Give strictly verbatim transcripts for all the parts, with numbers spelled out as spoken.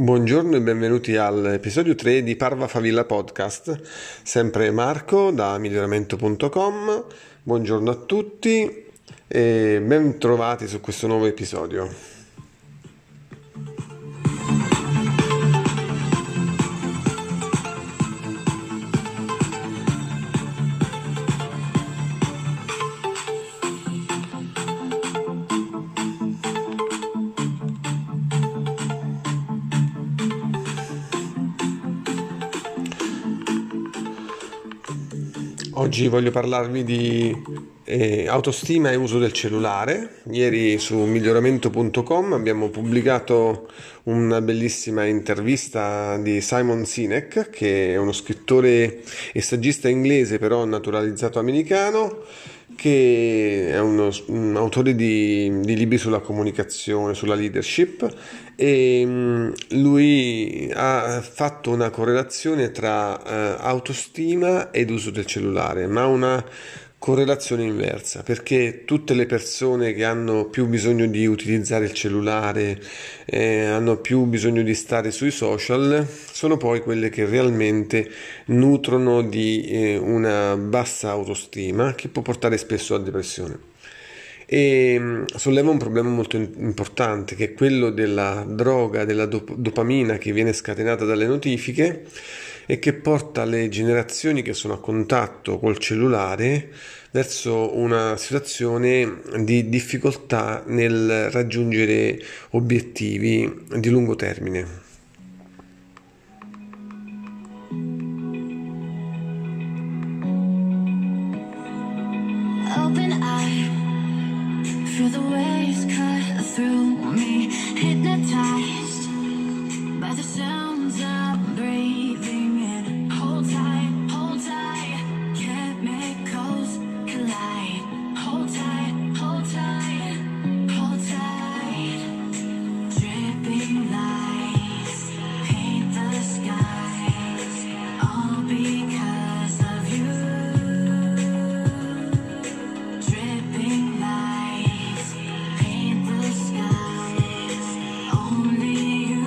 Buongiorno e benvenuti all'episodio tre di Parva Favilla Podcast, sempre Marco da miglioramento punto com. Buongiorno a tutti e ben trovati su questo nuovo episodio. Oggi voglio parlarvi di eh, autostima e uso del cellulare. Ieri su miglioramento punto com abbiamo pubblicato una bellissima intervista di Simon Sinek, che è uno scrittore e saggista inglese però naturalizzato americano, che è uno, un autore di, di libri sulla comunicazione, sulla leadership, e um, lui ha fatto una correlazione tra uh, autostima ed uso del cellulare, ma una correlazione inversa, perché tutte le persone che hanno più bisogno di utilizzare il cellulare, eh, hanno più bisogno di stare sui social, sono poi quelle che realmente nutrono di eh, una bassa autostima che può portare spesso a depressione. E mh, solleva un problema molto in- importante, che è quello della droga, della dop- dopamina che viene scatenata dalle notifiche e che porta le generazioni che sono a contatto col cellulare verso una situazione di difficoltà nel raggiungere obiettivi di lungo termine. Open eye, feel the waves cut through me, hypnotized by the sounds I'm breathing in. Hold tight, hold tight, chemicals collide. Hold tight, hold tight, hold tight. Dripping lights paint the skies, all because of you. Dripping lights paint the skies, only you.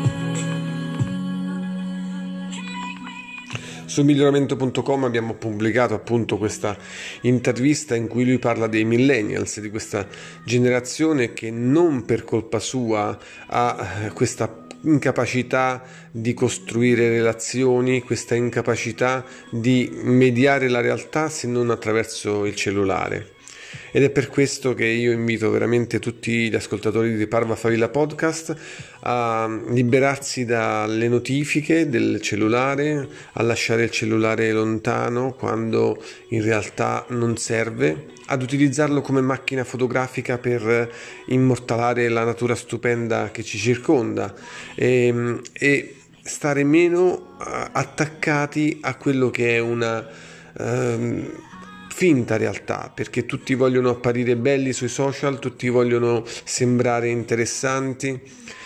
Su miglioramento punto com abbiamo pubblicato appunto questa intervista in cui lui parla dei millennials, di questa generazione che non per colpa sua ha questa incapacità di costruire relazioni, questa incapacità di mediare la realtà se non attraverso il cellulare. Ed è per questo che io invito veramente tutti gli ascoltatori di Parva Favilla Podcast a liberarsi dalle notifiche del cellulare, a lasciare il cellulare lontano quando in realtà non serve, ad utilizzarlo come macchina fotografica per immortalare la natura stupenda che ci circonda e, e stare meno attaccati a quello che è una um, finta realtà, perché tutti vogliono apparire belli sui social, tutti vogliono sembrare interessanti.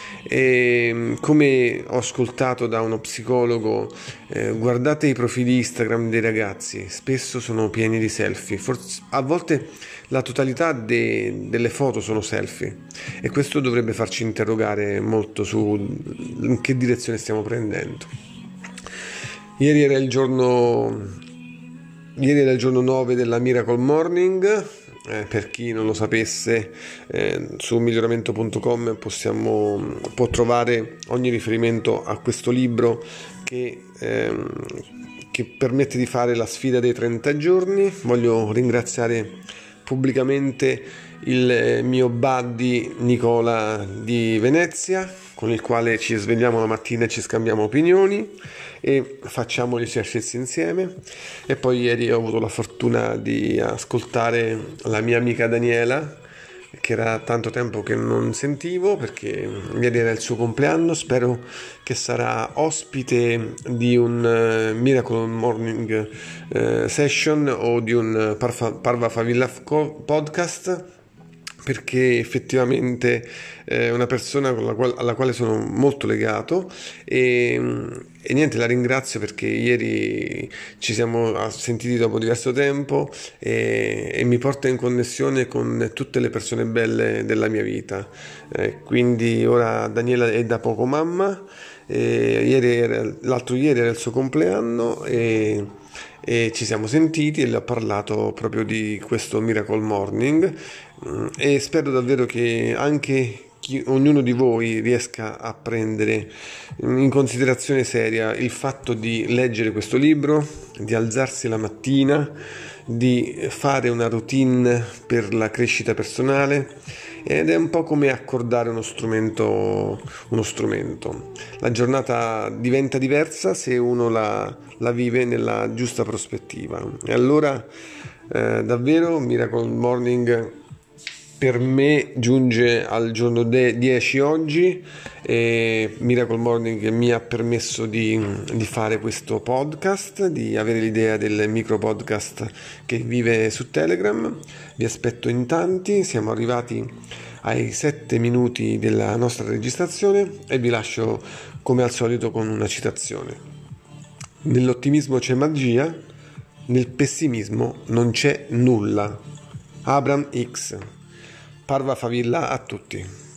E come ho ascoltato da uno psicologo, eh, guardate i profili Instagram dei ragazzi, spesso sono pieni di selfie, forse, a volte la totalità de, delle foto sono selfie, e questo dovrebbe farci interrogare molto su in che direzione stiamo prendendo. Ieri era il giorno Ieri era il giorno nove della Miracle Morning. Eh, per chi non lo sapesse, eh, su miglioramento punto com possiamo, può trovare ogni riferimento a questo libro che, ehm, che permette di fare la sfida dei trenta giorni. Voglio ringraziare pubblicamente il mio buddy Nicola di Venezia, con il quale ci svegliamo la mattina e ci scambiamo opinioni e facciamo gli esercizi insieme. E poi ieri ho avuto la fortuna di ascoltare la mia amica Daniela, che era tanto tempo che non sentivo, perché ieri era il suo compleanno. Spero che sarà ospite di un uh, Miracle Morning uh, Session o di un Parva, Parva Favilla Podcast. perché effettivamente è una persona con la quale, alla quale sono molto legato e, e niente, la ringrazio perché ieri ci siamo sentiti dopo diverso tempo e, e mi porta in connessione con tutte le persone belle della mia vita. Eh, quindi ora Daniela è da poco mamma, e ieri era, l'altro ieri era il suo compleanno e e ci siamo sentiti e le ho parlato proprio di questo Miracle Morning, mm, e spero davvero che anche chi, ognuno di voi riesca a prendere in considerazione seria il fatto di leggere questo libro, di alzarsi la mattina, di fare una routine per la crescita personale, ed è un po' come accordare uno strumento, uno strumento. La giornata diventa diversa se uno la, la vive nella giusta prospettiva. E allora eh, davvero Miracle Morning per me giunge al giorno dieci oggi, e Miracle Morning mi ha permesso di, di fare questo podcast, di avere l'idea del micro podcast che vive su Telegram. Vi aspetto in tanti, siamo arrivati ai sette minuti della nostra registrazione e vi lascio come al solito con una citazione: nell'ottimismo c'è magia, nel pessimismo non c'è nulla. Abraham Hicks. Parva favilla a tutti.